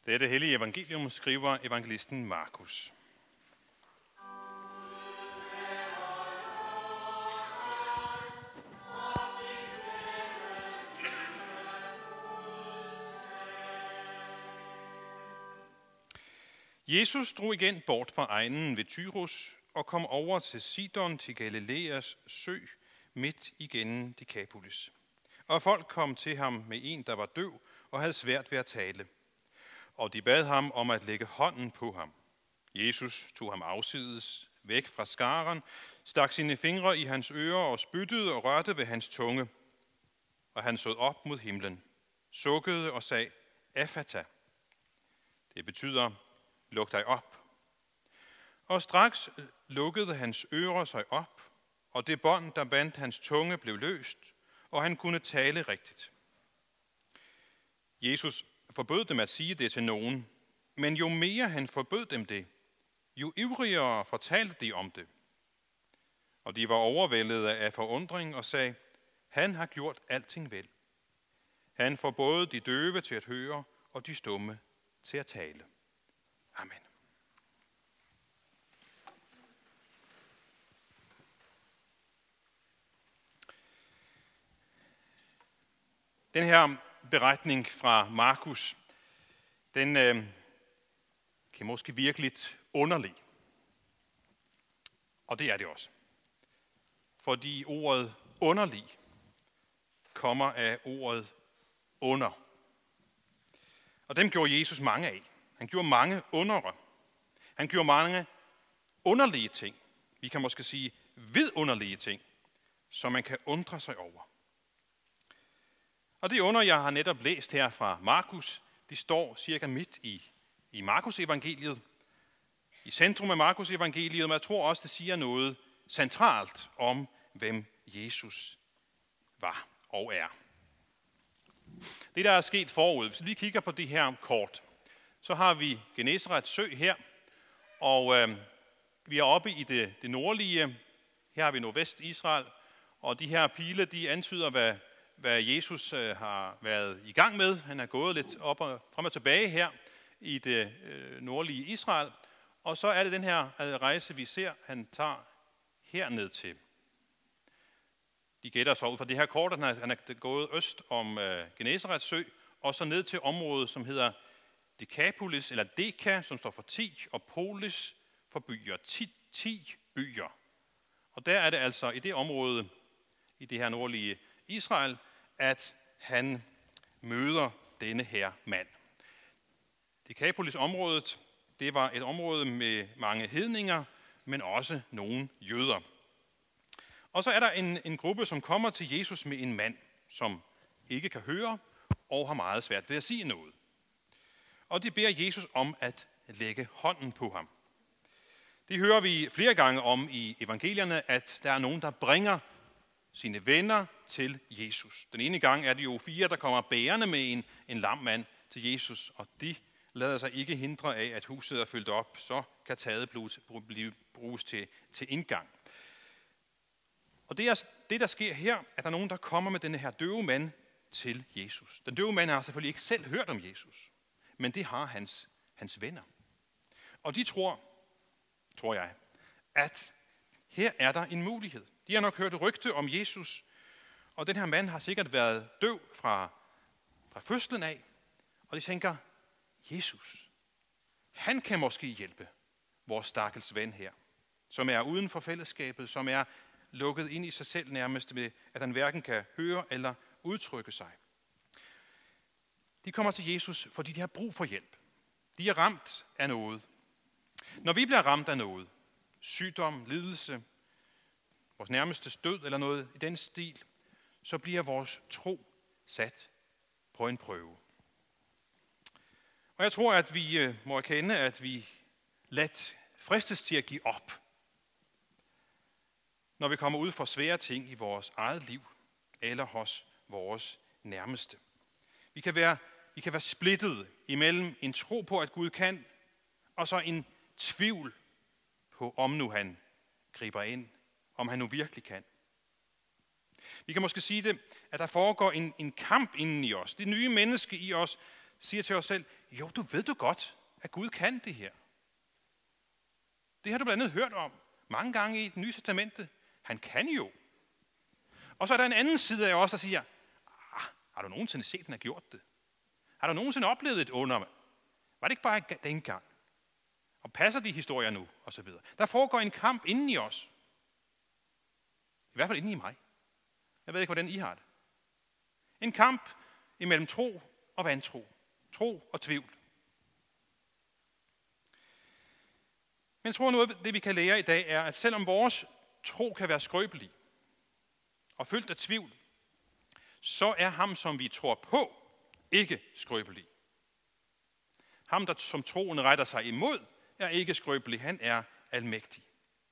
Dette hellige evangelium skriver evangelisten Markus. Jesus drog igen bort fra egnen ved Tyrus og kom over til Sidon til Galilæas sø midt igennem Dekapolis. Og folk kom til ham med en, der var døv og havde svært ved at tale. Og de bad ham om at lægge hånden på ham. Jesus tog ham afsides, væk fra skaren, stak sine fingre i hans ører og spyttede og rørte ved hans tunge. Og han så op mod himlen, sukkede og sagde, Ephata. Det betyder, luk dig op. Og straks lukkede hans ører sig op, og det bånd, der bandt hans tunge, blev løst, og han kunne tale rigtigt. Jesus forbød dem at sige det til nogen, men jo mere han forbød dem det, jo ivrigere fortalte de om det. Og de var overvældede af forundring og sagde, han har gjort alting vel. Han får både de døve til at høre og de stumme til at tale. Amen. Den her beretning fra Markus, den kan måske virke lidt underlig. Og det er det også. Fordi ordet underlig kommer af ordet under. Og dem gjorde Jesus mange af. Han gjorde mange undere. Han gjorde mange underlige ting. Vi kan måske sige vidunderlige ting, som man kan undre sig over. Og det under, jeg har netop læst her fra Markus, de står cirka midt i Markus evangeliet, i centrum af Markus evangeliet, men jeg tror også, det siger noget centralt om, hvem Jesus var og er. Det, der er sket forud, hvis vi kigger på det her kort, så har vi Genesarets sø her, og vi er oppe i det nordlige. Her har vi nordvest Israel, og de her pile, de antyder, hvad Jesus har været i gang med. Han er gået lidt op og frem og tilbage her i det nordlige Israel. Og så er det den her rejse, vi ser, han tager herned til. De gætter så ud fra det her kort, at han er gået øst om Genesarets sø, og så ned til området, som hedder Dekapolis, eller Deka, som står for 10, og Polis for byer. 10 byer. Og der er det altså i det område, i det her nordlige Israel, at han møder denne her mand. Dekapolis-området, det var et område med mange hedninger, men også nogle jøder. Og så er der en gruppe, som kommer til Jesus med en mand, som ikke kan høre og har meget svært ved at sige noget. Og de beder Jesus om at lægge hånden på ham. Det hører vi flere gange om i evangelierne, at der er nogen, der bringer sine venner til Jesus. Den ene gang er det jo 4, der kommer bærende med en lam mand til Jesus, og de lader sig ikke hindre af, at huset er fyldt op, så kan taget bruges til indgang. Og det, der sker her, at der er nogen, der kommer med denne her døve mand til Jesus. Den døve mand har selvfølgelig ikke selv hørt om Jesus, men det har hans venner. Og de tror jeg, at her er der en mulighed. De har nok hørt rygte om Jesus, og den her mand har sikkert været døv fra fødslen af, og de tænker, Jesus, han kan måske hjælpe vores stakkels ven her, som er uden for fællesskabet, som er lukket ind i sig selv nærmest ved, at han hverken kan høre eller udtrykke sig. De kommer til Jesus, fordi de har brug for hjælp. De er ramt af noget. Når vi bliver ramt af noget, sygdom, lidelse, vores nærmeste død eller noget i den stil, så bliver vores tro sat på en prøve. Og jeg tror, at vi må erkende, at vi let fristes til at give op, når vi kommer ud for svære ting i vores eget liv eller hos vores nærmeste. Vi kan være splittet imellem en tro på, at Gud kan, og så en tvivl på, om nu han griber ind, om han nu virkelig kan. Vi kan måske sige det, at der foregår en kamp inden i os. Det nye menneske i os siger til os selv, Jo, du ved du godt, at Gud kan det her. Det har du blandt andet hørt om mange gange i Det Nye Testamente. Han kan jo. Og så er der en anden side af os, der siger, har du nogensinde set, at han har gjort det? Har du nogensinde oplevet et under? Var det ikke bare dengang? Og passer de historier nu? Og så videre. Der foregår en kamp inden i os. I hvert fald inden i mig. Jeg ved ikke, hvordan I har det. En kamp imellem tro og vantro. Tro og tvivl. Men jeg tror noget af det, vi kan lære i dag, er, at selvom vores tro kan være skrøbelig og fyldt af tvivl, så er ham, som vi tror på, ikke skrøbelig. Ham, der som troen retter sig imod, er ikke skrøbelig. Han er almægtig.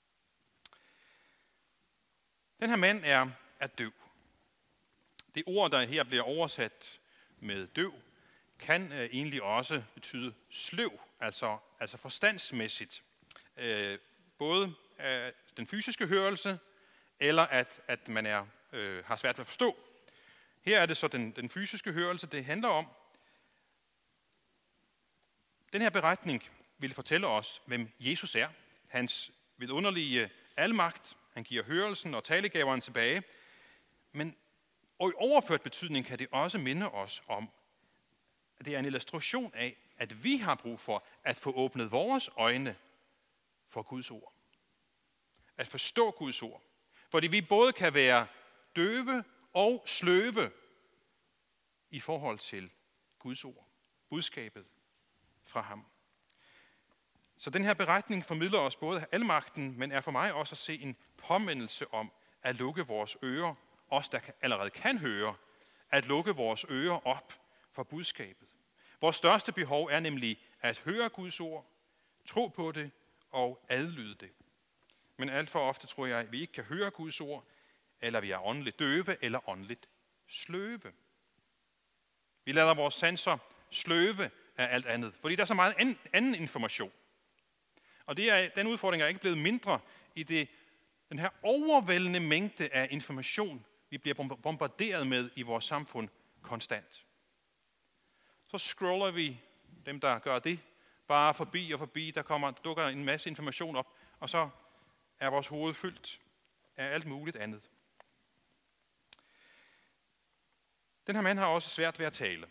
Den her mand er døv. Det ord, der her bliver oversat med døv, kan egentlig også betyde sløv, altså forstandsmæssigt. Både den fysiske hørelse, eller at man har svært ved at forstå. Her er det så den fysiske hørelse, det handler om. Den her beretning vil fortælle os, hvem Jesus er. Hans vidunderlige almagt. Han giver hørelsen og talegaveren tilbage. Og i overført betydning kan det også minde os om, at det er en illustration af, at vi har brug for at få åbnet vores øjne for Guds ord. At forstå Guds ord. Fordi vi både kan være døve og sløve i forhold til Guds ord. Budskabet fra ham. Så den her beretning formidler os både almagten, men er for mig også at se en påmindelse om at lukke vores ører, os der allerede kan høre, at lukke vores ører op for budskabet. Vores største behov er nemlig at høre Guds ord, tro på det og adlyde det. Men alt for ofte tror jeg, at vi ikke kan høre Guds ord, eller vi er åndeligt døve eller åndeligt sløve. Vi lader vores sanser sløve af alt andet, fordi der er så meget anden information. Og den udfordring er ikke blevet mindre i den her overvældende mængde af information, vi bliver bombarderet med i vores samfund konstant. Så scroller vi, dem der gør det, bare forbi og forbi, der dukker en masse information op, og så er vores hoved fyldt af alt muligt andet. Den her mand har også svært ved at tale.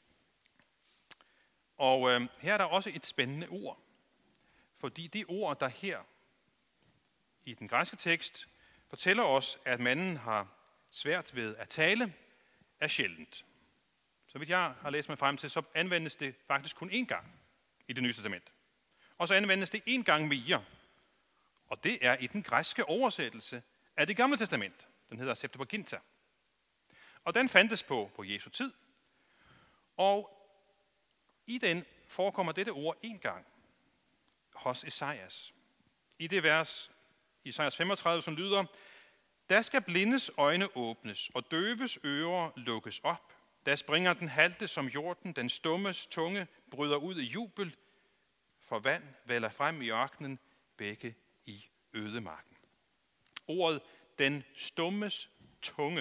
Og her er der også et spændende ord. Fordi det ord, der her i den græske tekst fortæller os, at manden har svært ved at tale, er sjældent. Så vidt jeg har læst mig frem til, så anvendes det faktisk kun én gang i Det Nye Testament. Og så anvendes det én gang mere. Og det er i den græske oversættelse af Det Gamle Testament. Den hedder Septuaginta. Og den fandtes på Jesu tid. Og i den forekommer dette ord én gang hos Esajas. I det vers, Esajas 35, som lyder, der skal blindes øjne åbnes, og døves ører lukkes op. Der springer den halte som jorden, den stummes tunge bryder ud i jubel, for vand vælder frem i ørkenen, begge i ødemarken. Ordet, den stummes tunge,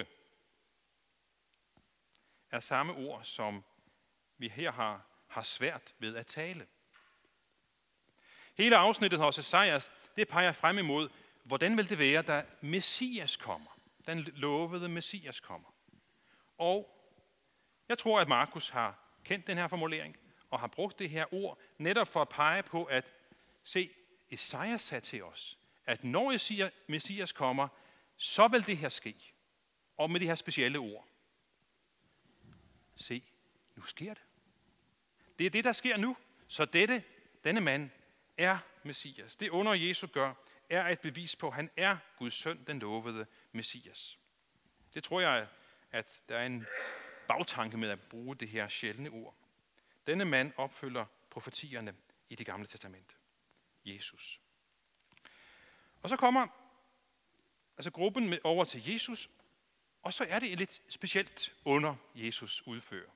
er samme ord, som vi her har svært ved at tale. Hele afsnittet hos Esajas, det peger frem imod, hvordan vil det være, da Messias kommer. Den lovede Messias kommer. Og jeg tror, at Markus har kendt den her formulering, og har brugt det her ord, netop for at pege på, at se, Esajas sagde til os, at når Messias kommer, så vil det her ske. Og med de her specielle ord. Se, nu sker det. Det er det, der sker nu. Så denne mand er Messias. Det under Jesu gør, er et bevis på, at han er Guds søn, den lovede Messias. Det tror jeg, at der er en bagtanke med at bruge det her sjældne ord. Denne mand opfylder profetierne i Det Gamle Testament. Jesus. Og så kommer gruppen over til Jesus, og så er det et lidt specielt under Jesus udfører.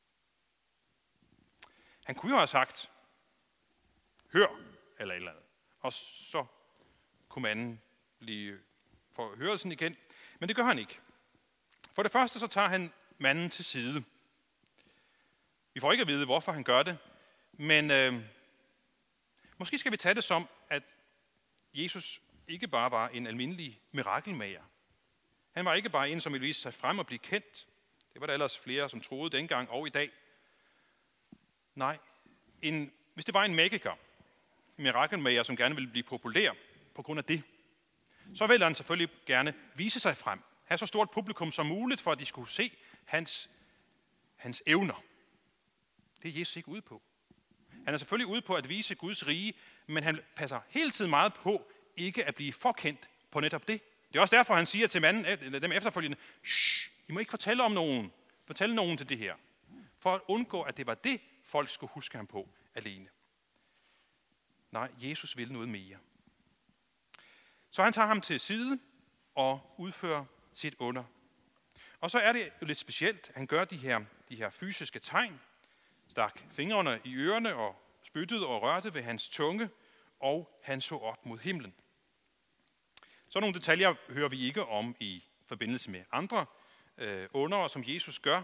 Han kunne jo have sagt, hør, eller et eller andet. Og så kunne manden blive for hørelsen igen. Men det gør han ikke. For det første så tager han manden til side. Vi får ikke at vide, hvorfor han gør det, Men måske skal vi tage det som, at Jesus ikke bare var en almindelig mirakelmager. Han var ikke bare en, som ville vise sig frem og blive kendt. Det var der ellers flere, som troede dengang og i dag. Nej, hvis det var en magiker, en mirakelmager, som gerne ville blive populær på grund af det, så ville han selvfølgelig gerne vise sig frem. Have så stort publikum som muligt, for at de skulle se hans evner. Det er Jesus ikke ude på. Han er selvfølgelig ude på at vise Guds rige, men han passer hele tiden meget på ikke at blive forkendt på netop det. Det er også derfor, han siger til dem efterfølgende, I må ikke fortælle nogen til det her, for at undgå, at det var det, folk skulle huske ham på alene. Nej, Jesus vil noget mere. Så han tager ham til side og udfører sit under. Og så er det jo lidt specielt, at han gør de her fysiske tegn, stak fingrene i ørerne og spyttede og rørte ved hans tunge, og han så op mod himlen. Så nogle detaljer hører vi ikke om i forbindelse med andre under, som Jesus gør.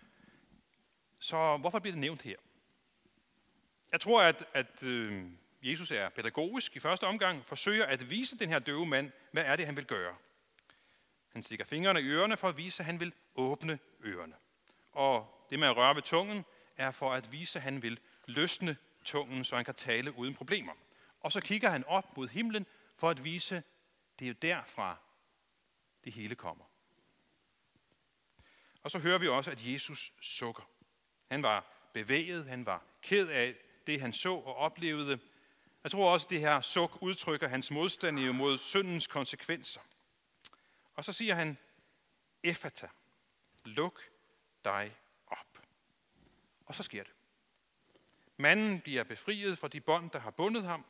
Så hvorfor bliver det nævnt her? Jeg tror, at Jesus er pædagogisk i første omgang, forsøger at vise den her døve mand, hvad er det, han vil gøre. Han stikker fingrene i ørerne for at vise, at han vil åbne ørerne. Og det med at røre ved tungen er for at vise, at han vil løsne tungen, så han kan tale uden problemer. Og så kigger han op mod himlen for at vise, det er jo derfra, det hele kommer. Og så hører vi også, at Jesus sukker. Han var bevæget, han var ked af det, han så og oplevede. Jeg tror også, at det her suk udtrykker hans modstand imod syndens konsekvenser. Og så siger han, Effata, luk dig op. Og så sker det. Manden bliver befriet fra de bånd, der har bundet ham.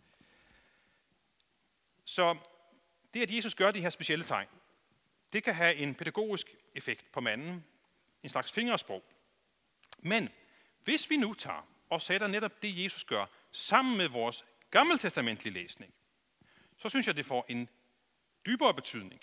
Så det, at Jesus gør de her specielle tegn, det kan have en pædagogisk effekt på manden, en slags fingersprog. Men hvis vi nu tager og sætter netop det, Jesus gør, sammen med vores gammeltestamentlige læsning, så synes jeg, det får en dybere betydning.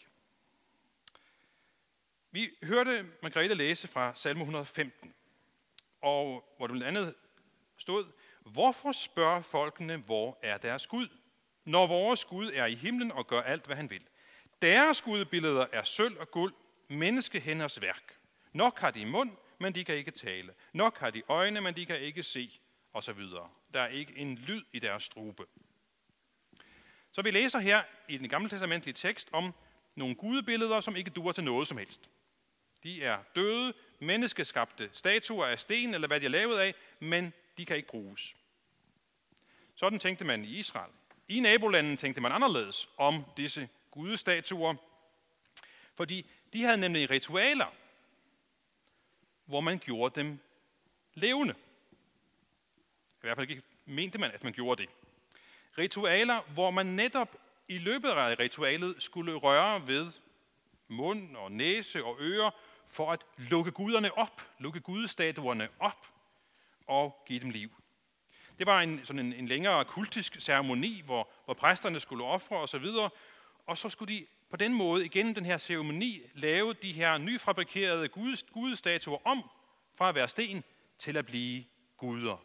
Vi hørte Margrethe læse fra salme 115, og hvor det blandt andet stod, hvorfor spørger folkene, hvor er deres Gud? Når vores Gud er i himlen og gør alt, hvad han vil. Deres gudebilleder er sølv og guld, menneskehænders værk. Nok har de mund, men de kan ikke tale. Nok har de øjne, men de kan ikke se, og så videre. Der er ikke en lyd i deres strube. Så vi læser her i den gamle testamentlige tekst om nogle gudebilleder, som ikke duer til noget som helst. De er døde, menneskeskabte statuer af sten, eller hvad de er lavet af, men de kan ikke bruges. Sådan tænkte man i Israel. I nabolanden tænkte man anderledes om disse gudestatuer, fordi de havde nemlig ritualer, hvor man gjorde dem levende. I hvert fald ikke mente man, at man gjorde det. Ritualer, hvor man netop i løbet af ritualet skulle røre ved mund og næse og ører, for at lukke guderne op, lukke gudestatuerne op og give dem liv. Det var en længere kultisk ceremoni, hvor præsterne skulle ofre osv., og så skulle de på den måde igennem den her ceremoni lave de her nyfabrikerede gudestatuer om fra at være sten til at blive guder.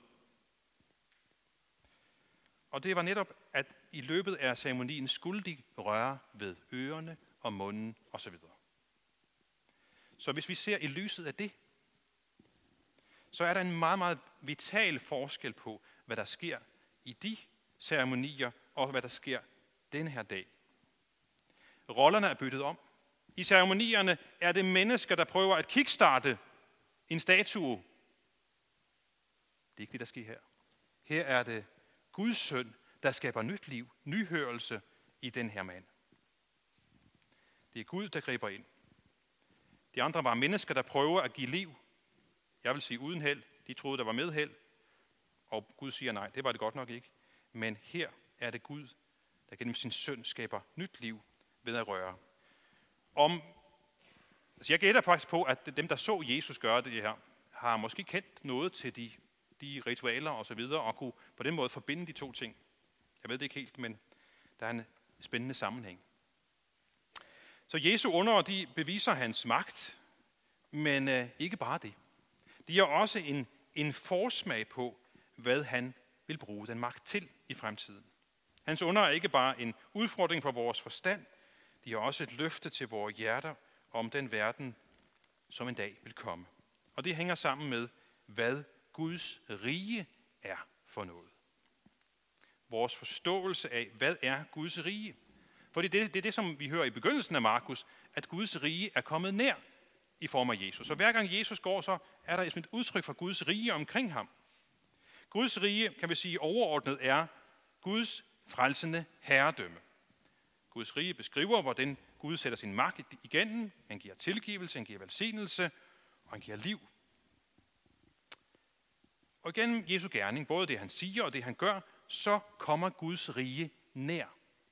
Og det var netop, at i løbet af ceremonien skulle de røre ved ørerne og munden osv. Så hvis vi ser i lyset af det, så er der en meget, meget vital forskel på, hvad der sker i de ceremonier, og hvad der sker denne her dag. Rollerne er byttet om. I ceremonierne er det mennesker, der prøver at kickstarte en statue. Det er ikke det, der sker her. Her er det Guds søn, der skaber nyt liv, nyhørelse i den her mand. Det er Gud, der griber ind. De andre var mennesker, der prøver at give liv. Jeg vil sige uden held. De troede, der var med held. Og Gud siger nej, det var det godt nok ikke. Men her er det Gud, der gennem sin søn skaber nyt liv ved at røre. Jeg gætter faktisk på, at dem, der så Jesus gøre det her, har måske kendt noget til de ritualer og så videre, og kunne på den måde forbinde de to ting. Jeg ved det ikke helt, men der er en spændende sammenhæng. Så Jesu under, de beviser hans magt, men ikke bare det. De er også en forsmag på, hvad han vil bruge den magt til i fremtiden. Hans under er ikke bare en udfordring for vores forstand, de er også et løfte til vores hjerter om den verden, som en dag vil komme. Og det hænger sammen med, hvad Guds rige er for noget. Vores forståelse af, hvad er Guds rige? Fordi det er det, som vi hører i begyndelsen af Markus, at Guds rige er kommet nær i form af Jesus. Så hver gang Jesus går, så er der et udtryk for Guds rige omkring ham. Guds rige, kan vi sige, overordnet er Guds frelsende herredømme. Guds rige beskriver, hvordan Gud sætter sin magt igennem. Han giver tilgivelse, han giver velsignelse, og han giver liv. Og gennem Jesu gerning, både det han siger og det han gør, så kommer Guds rige nær.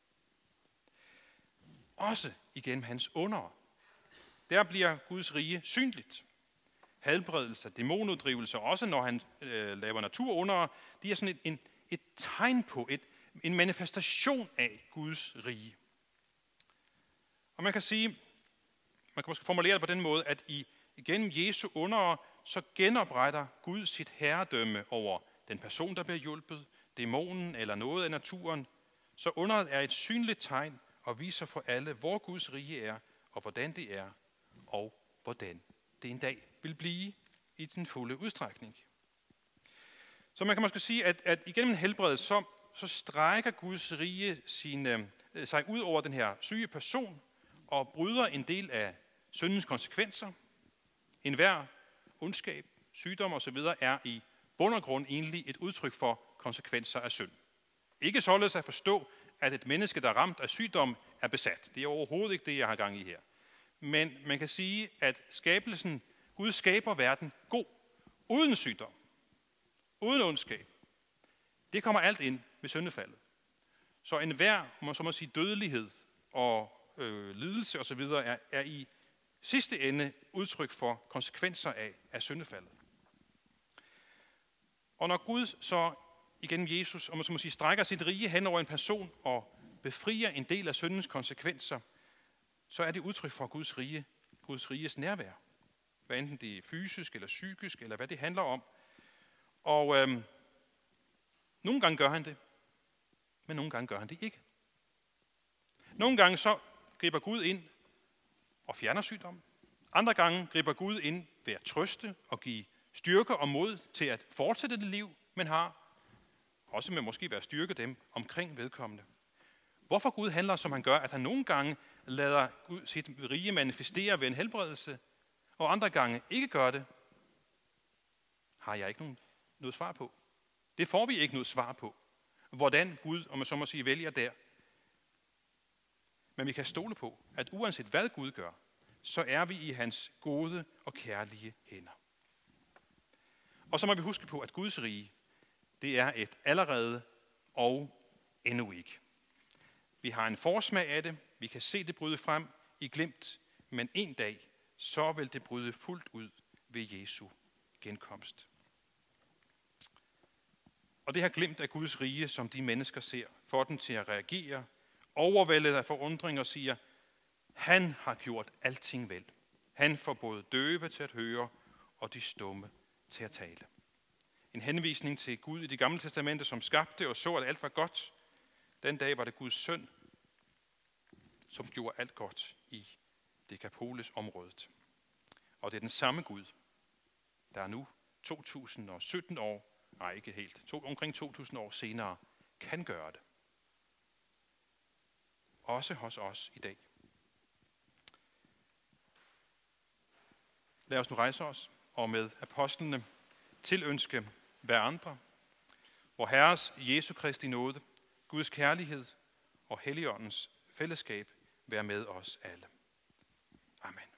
Også igennem hans undere. Der bliver Guds rige synligt. Helbredelse, dæmonuddrivelse, også når han laver naturundere, de er sådan et tegn på, en manifestation af Guds rige. Og man kan måske formulere det på den måde, at igennem Jesu undere, så genopretter Gud sit herredømme over den person, der bliver hjulpet, dæmonen eller noget af naturen. Så underet er et synligt tegn og viser for alle, hvor Guds rige er, og hvordan det er, og hvordan det en dag vil blive i den fulde udstrækning. Så man kan måske sige, at igennem en helbredelse, så strækker Guds rige sig ud over den her syge person, og bryder en del af syndens konsekvenser. Enhver ondskab, sygdom osv. er i bund og grund egentlig et udtryk for konsekvenser af synd. Ikke således at forstå, at et menneske, der er ramt af sygdom, er besat. Det er overhovedet ikke det, jeg har gang i her. Men man kan sige, at skabelsen, Gud skaber verden god, uden sygdom, uden ondskab. Det kommer alt ind med syndefaldet. Så enhver, så må sige, dødelighed og lidelse osv. er i sidste ende udtryk for konsekvenser af syndefaldet. Og når Gud så igennem Jesus, om man så må sige, strækker sit rige hen over en person og befrier en del af syndens konsekvenser, så er det udtryk for Guds riges nærvær. Hvad enten det er fysisk eller psykisk, eller hvad det handler om. Og nogle gange gør han det, men nogle gange gør han det ikke. Nogle gange så griber Gud ind og fjerner sygdom. Andre gange griber Gud ind ved at trøste og give styrke og mod til at fortsætte det liv, man har. Også med måske ved at styrke dem omkring vedkommende. Hvorfor Gud handler, som han gør, at han nogle gange lader sit rige manifestere ved en helbredelse, og andre gange ikke gør det, har jeg ikke noget svar på. Det får vi ikke noget svar på. Hvordan Gud, om man så må sige, vælger der. Men vi kan stole på, at uanset hvad Gud gør, så er vi i hans gode og kærlige hænder. Og så må vi huske på, at Guds rige, det er et allerede og endnu ikke. Vi har en forsmag af det, vi kan se det bryde frem i glimt, men en dag, så vil det bryde fuldt ud ved Jesu genkomst. Og det her glimt af Guds rige, som de mennesker ser, får dem til at reagere, overvældet af forundring og siger, han har gjort alting vel. Han får både døve til at høre og de stumme til at tale. En henvisning til Gud i Det Gamle Testamente, som skabte og så, at alt var godt. Den dag var det Guds søn, som gjorde alt godt i Dekapolis-området. Og det er den samme Gud, der nu 2017 år, nej ikke helt, omkring 2000 år senere, kan gøre det. Også hos os i dag. Lad os nu rejse os og med apostlene tilønske hverandre, hvor Herres Jesu Kristi nåde, Guds kærlighed og Helligåndens fællesskab være med os alle. Amen.